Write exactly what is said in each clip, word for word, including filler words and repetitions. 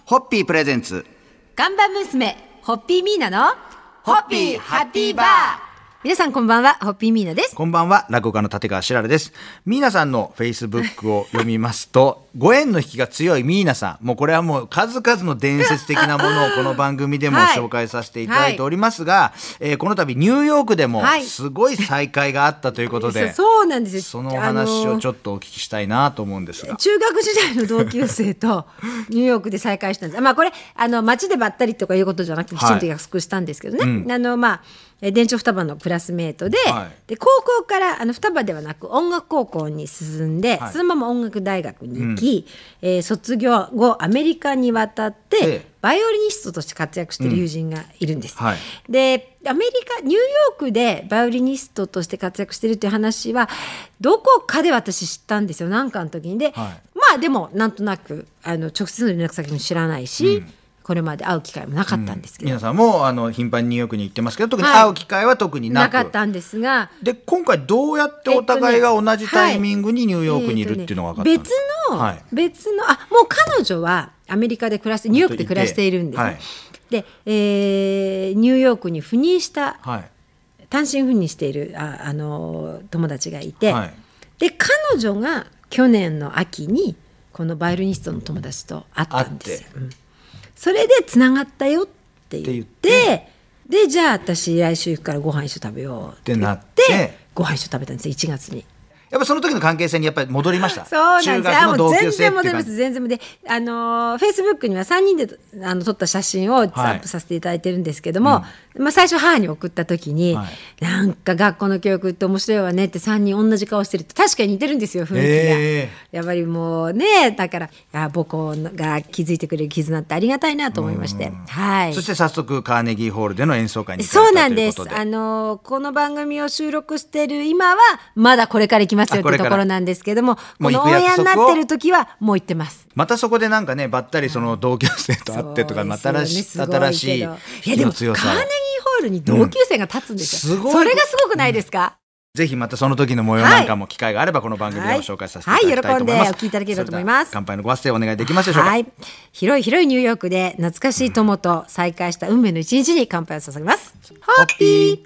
ホッピープレゼンツ看板娘ホッピーミーナのホッピーハッピーバー。 皆さんこんばんは、ホッピーミーナです。 こんばんは、落語家の立川しららです。ミーナさんのフェイスブックを読みますとご縁の引きが強いミーナさん、もうこれはもう数々の伝説的なものをこの番組でもはい紹介させていただいておりますが、はいえー、この度ニューヨークでもすごい再会があったということで、 はい、そ, そうなんですよ。 そのお話をちょっとお聞きしたいなと思うんですが、 中学時代の同級生とニューヨークで再会したんです。まあこれあの街でばったりとかいうことじゃなくてきちんと約束したんですけどね、はいうん、あのまあ電帳双葉のクラスメート で,、はい、で高校からあの双葉ではなく音楽高校に進んで、はい、そのまま音楽大学に行き、うんえー、卒業後アメリカに渡ってバイオリニストとして活躍している友人がいるんです、うんはい、でアメリカニューヨークでバイオリニストとして活躍しているという話はどこかで私知ったんですよ、なんかの時に。で、はい、まあでもなんとなくあの直接の連絡先も知らないし、うんこれまで会う機会もなかったんですけど、 うん、皆さんもあの頻繁にニューヨークに行ってますけど特に会う機会は特になく、 はい、なかったんですが、 で今回どうやってお互いが同じタイミングにニューヨークにいるっていうのが分かったんです、 えーとね、別の、 はい、 別のあもう彼女はアメリカで暮らしてニューヨークで暮らしているんです、ねはいでえー、ニューヨークに赴任した、はい、単身赴任しているああの友達がいて、はい、で彼女が去年の秋にこのバイオリニストの友達と会ったんですよ。それでつながったよって言って、ってでじゃあ私来週行くからご飯一緒食べようって言ってご飯一緒食べたんですよ、いちがつに。 やっぱその時の関係性にやっぱり戻りました。 そうなんです。 中学の同級生っていう感じ。 全然戻ります。全然で、あのフェイスブックにはさんにんであの撮った写真をアップさせていただいてるんですけども、はいうんまあ、最初母に送った時に、はい、なんか学校の教育って面白いわねってさんにん同じ顔してるって確かに似てるんですよ、雰囲気が、えー、やっぱりもうねだからあ母校が気づいてくれる絆ってありがたいなと思いまして、はい、 そして早速カーネギーホールでの演奏会に行かれたということで。そうなんです。 あのこの番組を収録している今はまだこれから行きますよってところなんですけども、このオンエアになってる時はもう行ってます。 またそこでなんかねばったりその同級生と会ってとか、また新しい新しい引きの強さ。いやでもカーネギーホールに同級生が立つんですよ、うん、すごいそれがすごくないですか、うん、 ぜひまたその時の模様なんかも機会があればこの番組でも紹介させていただきたいと思います、はいはい、喜んでお聞きいただければと思います。乾杯のご発声お願いできますでしょうか。はい、 広い広いニューヨークで懐かしい友と再会した運命の一日に乾杯を捧げます。ホッピ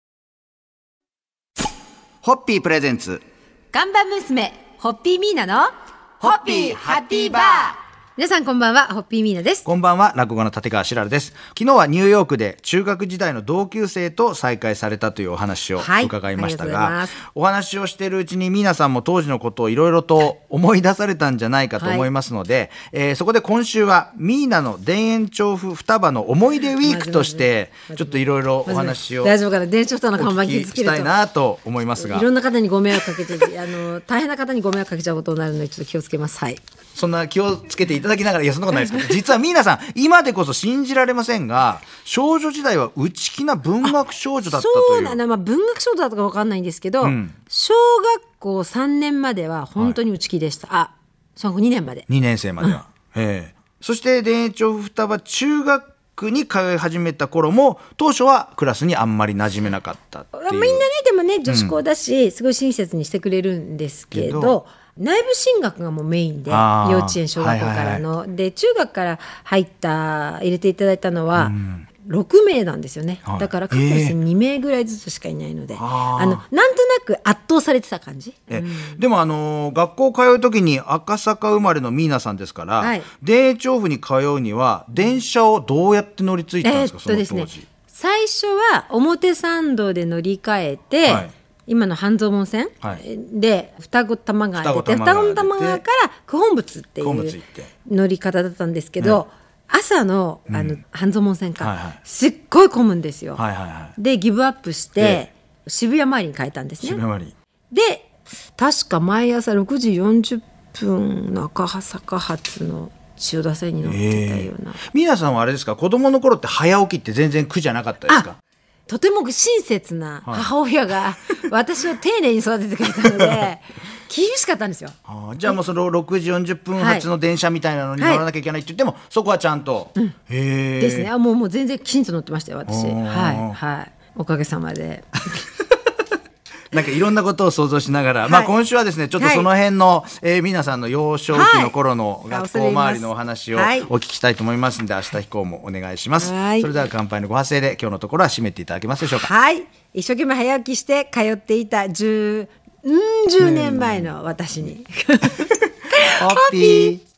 ーホッピープレゼンツ看板娘ホッピーミーナのホッピーハッピーバー。 皆さんこんばんは、ホッピーミーナです。 こんばんは、落語家の立川しららです。昨日はニューヨークで中学時代の同級生と再会されたというお話を伺いましたが、はい、お話をしているうちにミーナさんも当時のことをいろいろと思い出されたんじゃないかと思いますので、はいえー、そこで今週はミーナの田園調布双葉の思い出ウィークとしてちょっといろいろお話を大丈夫かな、田園調布の看板につけるとしたいなと思いますが、 いろんな方にご迷惑かけてあの大変な方にご迷惑かけちゃうことになるのでちょっと気をつけます。はい、 そんな気をつけていただきながら、いやそんなことないですけど実はミーナさん今でこそ信じられませんが少女時代は内気な文学少女だったという。 そうなの、まあ、文学少女だったか分かんないんですけど、うん、小学校さんねんまでは本当に内気でした、はい、あ小学校にねんまでにねん生までは、うん、えー、そして田園調布双葉中学に通い始めた頃も当初はクラスにあんまり馴染めなかったっていう。 みんなねでもね女子校だし、うん、すごい親切にしてくれるんですけど、けど内部進学がもうメインで幼稚園小学校からの、はいはいはい、で中学から入った入れていただいたのは、うん、ろくめいなんですよね、はい、だから各クラスににめいぐらいずつしかいないので、えー、あのなんとなく圧倒されてた感じ、 え、うん、でも、あのー、学校通う時に赤坂生まれのミーナさんですから、はい、田園調布に通うには電車をどうやって乗り継いだんですか、えー、っとですね、その当時。 最初は表参道で乗り換えて、はい、今の半蔵門線、はい、で双子玉川出て双子玉川から九本仏っていう乗り方だったんですけど、ね、朝 の, あの、うん、半蔵門線か、はいはい、すっごい混むんですよ、はいはいはい、でギブアップして渋谷周りに変えたんですね。 渋谷周りで確か毎朝ろくじよんじゅっぷんの赤坂発の千代田線に乗ってたような、えー、 ミーナさんはあれですか、子供の頃って早起きって全然苦じゃなかったですか。 とても親切な母親が私を丁寧に育ててくれたので厳しかったんですよ。 あ、じゃあもうそのろくじよんじゅっぷん発の電車みたいなのに乗らなきゃいけないって言っても、はい、そこはちゃんと、うん、へーですね。あ、もう、もう全然きちんと乗ってましたよ私、はいはい、おかげさまでなんかいろんなことを想像しながら、はい、まあ今週はですねちょっとその辺の、はい、えー、皆さんの幼少期の頃の学校周りのお話をお聞きしたいと思いますので、明日以降もお願いします。はい、それでは乾杯のご発声で今日のところは締めていただけますでしょうか。 はい、一生懸命早起きして通っていたじゅうねんまえの私にホッピー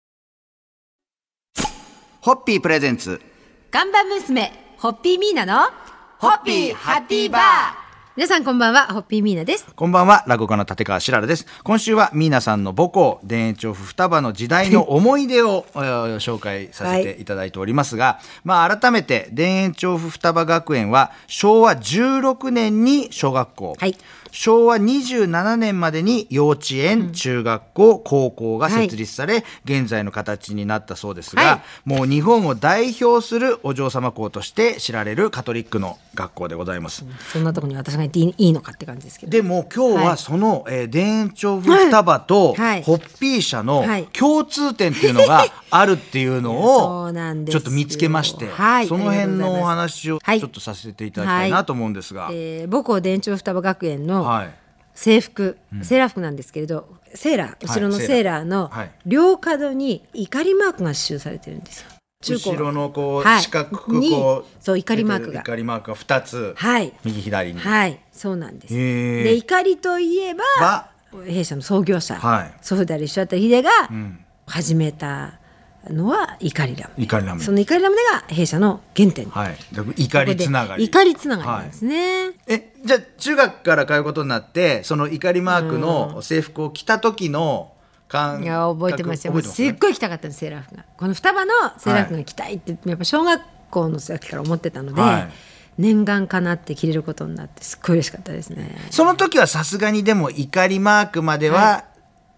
ホッピープレゼンツ看板娘ホッピーミーナのホッピーハッピーバー。 皆さんこんばんは、ホッピーミーナです。 こんばんは、落語家の立川しららです。今週はミーナさんの母校田園調布双葉の時代の思い出を紹介させていただいておりますが、はい、まあ改めて田園調布双葉学園はしょうわじゅうろくねんに小学校、はい、しょうわにじゅうななねんまでに幼稚園、うん、中学校、高校が設立され、はい、現在の形になったそうですが、はい、もう日本を代表するお嬢様校として知られるカトリックの学校でございます。 そんなところに私が行っていいのかって感じですけど、 でも今日はその、はい、えー、田園調布双葉とホッピー社の共通点っていうのがあるっていうのをちょっと見つけまして、はい、その辺のお話をちょっとさせていただきたいなと思うんですが、 はいはい、えー、母校田園調布双葉学園の制服、はい、セーラー服なんですけれど、セーラー、後ろのセーラーの両角に怒りマークが刺繍されてるんですよ。 後ろのこう、はい、四角くこうそう怒りマークが怒りマークがふたつ、 はい、 右左に、 はい、そうなんです。で怒りといえば弊社の創業者、はい、祖父である石渡秀が始めたのは怒りラムネ、怒りラムネ、その怒りラムネが弊社の原点、 はい、怒りつながり、 怒りつながりなんですね、はい、 えじゃあ中学から通うことになってその怒りマークの制服を着た時のいや覚えてますよ。覚えてますね、すっごい着たかったんですセーラー服が。この双葉のセーラー服が着たいって、はい、やっぱ小学校の時から思ってたので、はい、念願かなって着れることになってすっごい嬉しかったですね。 その時はさすがにでも怒りマークまでは、はい、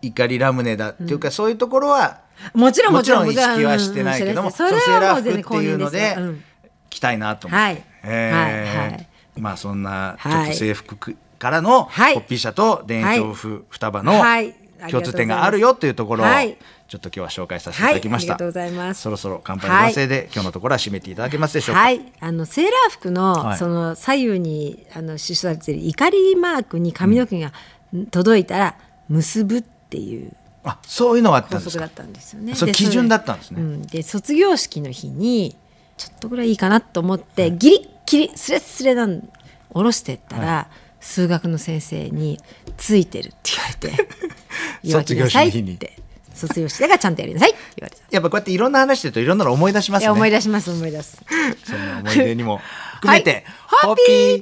怒りラムネだっていうか、うん、そういうところはもちろんもちろん意識はしてないけども、うん、それはもう全然公認ですよ。そのセーラー服っていうので着たいなと思って、はいえーはいはい、まあそんなちょっと制服からのホッピー社と田園調布双葉の、はい共通点があるよというところをちょっと今日は紹介させていただきました、はい、ありがとうございます。そろそろ乾杯のご発声で、はい、今日のところは締めていただけますでしょうか。 はい、あのセーラー服 の,、はい、その左右にあの刺繍されている怒りマークに髪の毛が届いたら結ぶっていう、 あそういうのがあったんですか。 法則だったんですよね。 それ基準だったんですね。 うん、で卒業式の日にちょっとぐらいいいかなと思って、はい、ギリッギリスレスレなん下ろしてったら、はい、数学の先生についてるって言われて卒業式の日に卒業式だからちゃんとやりなさいって言われた。 やっぱこうやっていろんな話してるといろんなの思い出しますね。いや思い出します思い出すそんな思い出にも含めて、はい、ホッピー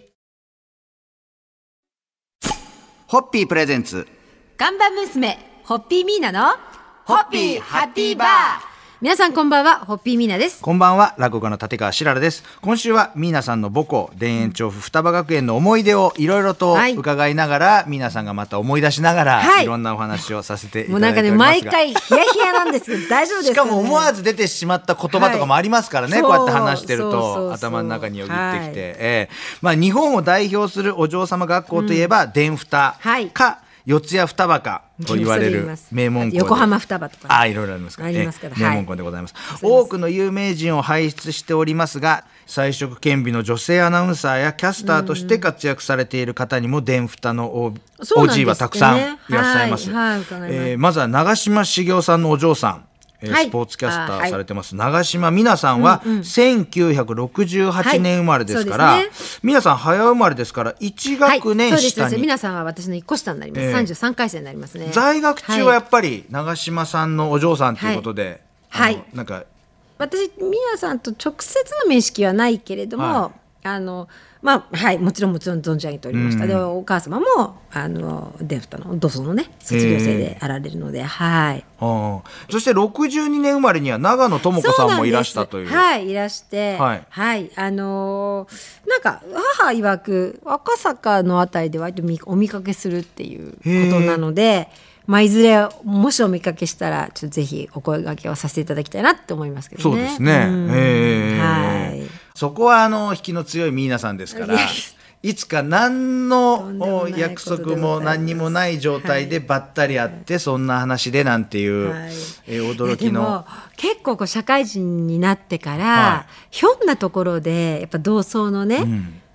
ホッピープレゼンツ看板娘ホッピーミーナのホッピーハッピーバー。皆さんこんばんは、ホッピーミーナです。 こんばんは、落語家の立川しららです。今週はミーナさんの母校田園調布双葉学園の思い出をいろいろと伺いながら、はい、ミーナさんがまた思い出しながら、はい、いろんなお話をさせていただいておりますが、もうなんかね毎回ヒヤヒヤなんですけど大丈夫ですかね。しかも思わず出てしまった言葉とかもありますからね、はい、こうやって話してると頭の中によぎってきて、はいえーまあ、日本を代表するお嬢様学校といえば、うん、田双か、はい四谷双葉かと言われる名門校で、 横浜双葉とか、ね、 あいろいろありますから、ね、名門校でございます、はい、多くの有名人を輩出しておりますが、才色兼備の女性アナウンサーやキャスターとして活躍されている方にも田双の オージー はたくさんいらっしゃいます。はいはいえー、まずは長嶋茂雄さんのお嬢さん、はい、スポーツキャスターされてます、はい、長嶋美奈さんはせんきゅうひゃくろくじゅうはちねん生まれですから、はいね、美奈さん早生まれですからいち学年下に、はい、そうです。 美奈さんは私のいっこ下になります、えー、さんじゅうさんかい生になりますね。 在学中はやっぱり長嶋さんのお嬢さんということで、 はい、 なんか私美奈さんと直接の面識はないけれども、はい、あのまあはい、もちろんもちろん存じ上げておりました、うん、でお母様もあの田双の土葬のね卒業生であられるので、はい、 あそしてろくじゅうにねん生まれには長野智子さんもいらしたという。 はいいらして、はいはい、あのー、なんか母曰く赤坂のあたりで割とお見かけするっていうことなので、まあ、いずれもしお見かけしたらちょっとぜひお声掛けをさせていただきたいなって思いますけどね。 そうですね、うんえーはい、そこはあの引きの強いミーナさんですからいつか何の約束も何にもない状態でばったり会って、はい、そんな話でなんていう、はいえー、驚きの。でも結構こう社会人になってから、はい、ひょんなところでやっぱ同窓のね、うん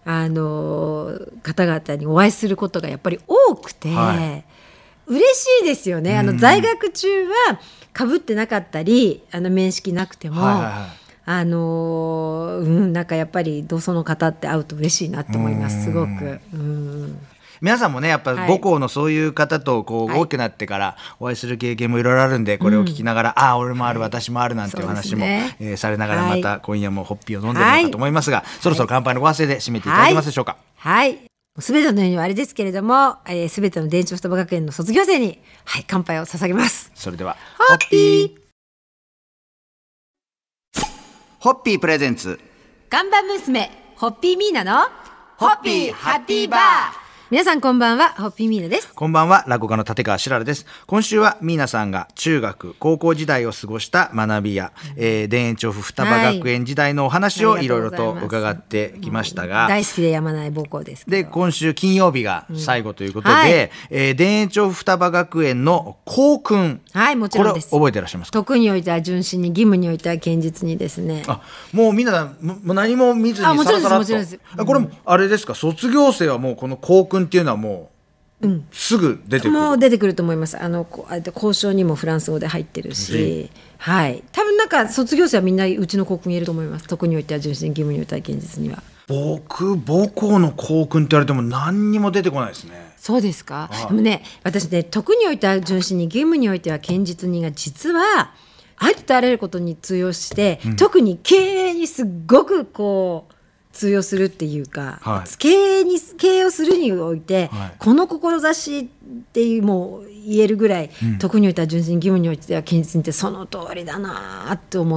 あの方々にお会いすることがやっぱり多くて、はい、嬉しいですよね。あの在学中は被ってなかったりあの面識なくても、はいはいはい、あのうん、なんかやっぱり同窓の方って会うと嬉しいなと思います。すごく、うん、 皆さんもねやっぱ母校のそういう方とこう、はい、大きくなってからお会いする経験もいろいろあるんで、これを聞きながら、うん、ああ俺もある、はい、私もあるなんていう話も、ねえー、されながらまた今夜もホッピーを飲んでるのかと思いますが、はい、そろそろ乾杯のご発声で締めていただけますでしょうか。 はい、はい、すべてのようにはあれですけれども、すべ、えー、ての電長双葉学園の卒業生に、はい、乾杯を捧げます。 それではホッピーホッピープレゼンツ看板娘ホッピーミーナのホッピーハッピーバー。 皆さんこんばんは、ホッピーミーナです。 こんばんは、落語家の立川しららです。今週はミーナさんが中学高校時代を過ごした学びや、うん、えー、田園調布双葉学園時代のお話をいろいろと伺ってきましたが、 大好きでやまない母校ですけど、 で今週金曜日が最後ということで、うん、はい、えー、田園調布双葉学園の校訓、 はい、もちろんです。 これ覚えてらっしゃいますか。 徳においては純真に、義務においては堅実にですね。 あ、もうみんなもう何も見ずにさらさらっと。もちろんです、もちろんです。あ、これもあれですか、卒業生はもうこの校訓っていうのはもううん、すぐ出てくる。 もう出てくると思います。あの交渉にもフランス語で入ってるし、はい、多分なんか卒業生はみんなうちの校訓言えると思います。徳においては純真、義務においては堅実には。 僕母校の校訓って言われても何にも出てこないですね。 そうですか。でもね、私ね、徳においては純真に、義務においては堅実にが実はありとあらゆることに通用して、うん、特に経営にすごくこう通用するっていうか、はい、経営に経営をするにおいて、はい、この志っていうもう言えるぐらい、うん、徳においては純真、義務においては堅実にってその通りだなと思って、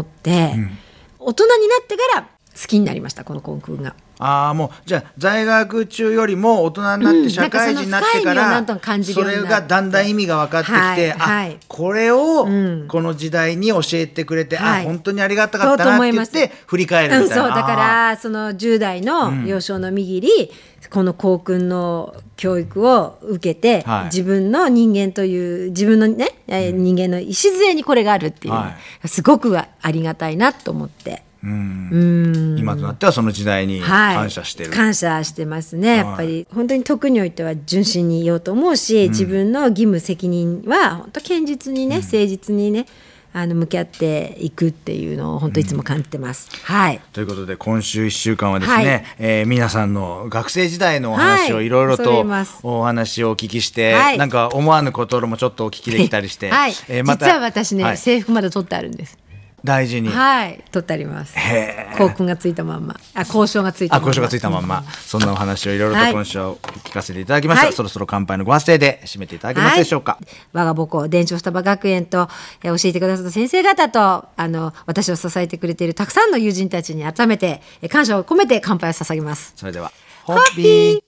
うん、大人になってから好きになりました、この校訓が。 ああ、もうじゃあ在学中よりも大人になって社会人になってから、うん、そ, それがだんだん意味が分かってきて、はいはい、あ、これをこの時代に教えてくれて、うん、あ、本当にありがたかったなって言って振り返るみたいな、 うん、そうだからそのじゅう代の幼少のみぎり、うん、この校訓の教育を受けて、はい、自分の人間という自分のね、うん、人間の礎にこれがあるっていう、はい、すごくありがたいなと思って、うん、うん、 今となってはその時代に感謝してる、 はい、感謝してますね。やっぱり、はい、本当に徳においては純真にいようと思うし、うん、自分の義務責任は本当堅実にね、うん、誠実にね、あの向き合っていくっていうのを本当いつも感じてます、うん、はい、 ということで今週いっしゅうかんはですね、はい、えー、皆さんの学生時代のお話をいろいろとお話をお聞きして、はい、なんか思わぬこともちょっとお聞きできたりして、 はい、えー、また実は私ね、はい、制服まで取ってあるんです。 大事に、 はい、取ってあります。校訓がついたまんま、あ、交渉がついたまんま、 あ、交渉がついたまんま、そんなお話をいろいろと今週は聞かせていただきました、はい、そろそろ乾杯のご発声で締めていただけますでしょうか。はい、 我が母校田長双葉学園と、え教えてくださった先生方と、あの私を支えてくれているたくさんの友人たちに改めて感謝を込めて乾杯を捧げます。 それではホッピー。